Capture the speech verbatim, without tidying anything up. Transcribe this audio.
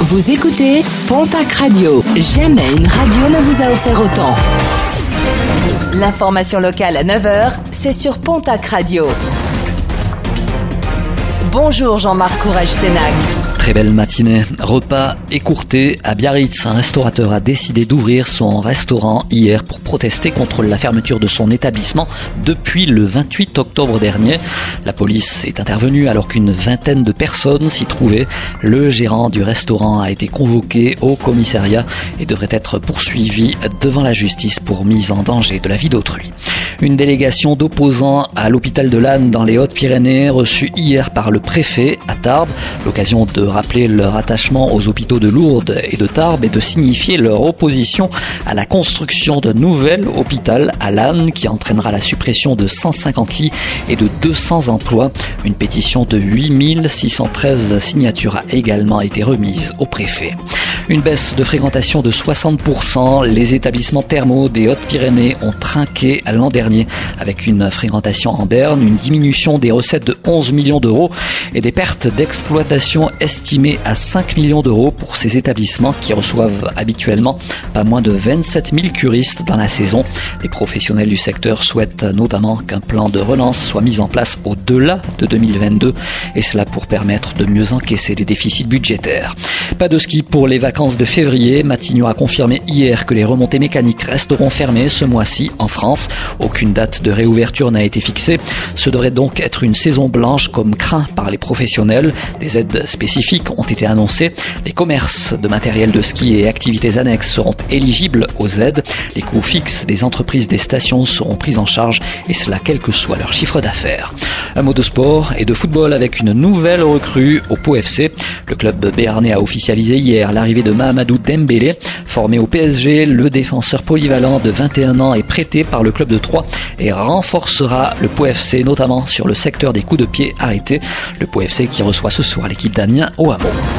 Vous écoutez Pontac Radio. Jamais une radio ne vous a offert autant. L'information locale à neuf heures, c'est sur Pontac Radio. Bonjour Jean-Marc Courage-Sénac. Très belle matinée. Repas écourté à Biarritz. Un restaurateur a décidé d'ouvrir son restaurant hier pour protester contre la fermeture de son établissement depuis le vingt-huit octobre dernier. La police est intervenue alors qu'une vingtaine de personnes s'y trouvaient. Le gérant du restaurant a été convoqué au commissariat et devrait être poursuivi devant la justice pour mise en danger de la vie d'autrui. Une délégation d'opposants à l'hôpital de Lannes dans les Hautes-Pyrénées reçue hier par le préfet à Tarbes. L'occasion de rappeler leur attachement aux hôpitaux de Lourdes et de Tarbes et de signifier leur opposition à la construction d'un nouvel hôpital à Lannes qui entraînera la suppression de cent cinquante lits et de deux cents emplois. Une pétition de huit mille six cent treize signatures a également été remise au préfet. Une baisse de fréquentation de soixante pour cent. Les établissements thermaux des Hautes-Pyrénées ont trinqué l'an dernier avec une fréquentation en berne, une diminution des recettes de onze millions d'euros et des pertes d'exploitation estimées à cinq millions d'euros pour ces établissements qui reçoivent habituellement pas moins de vingt-sept mille curistes dans la saison. Les professionnels du secteur souhaitent notamment qu'un plan de relance soit mis en place au-delà de deux mille vingt-deux et cela pour permettre de mieux encaisser les déficits budgétaires. Pas de ski pour les vacances de février. Matignon a confirmé hier que les remontées mécaniques resteront fermées ce mois-ci en France. Aucune date de réouverture n'a été fixée. Ce devrait donc être une saison blanche comme craint par les professionnels. Des aides spécifiques ont été annoncées. Les commerces de matériel de ski et activités annexes seront éligibles aux aides. Les coûts fixes des entreprises des stations seront pris en charge et cela quel que soit leur chiffre d'affaires. Un mot de sport et de football avec une nouvelle recrue au Pau F C. Le club béarnais a officialisé hier l'arrivée de Mahamadou Dembélé. Formé au P S G, le défenseur polyvalent de vingt et un ans est prêté par le club de Troyes et renforcera le Pau F C, notamment sur le secteur des coups de pied arrêtés. Le Pau F C qui reçoit ce soir l'équipe d'Amiens au Hameau.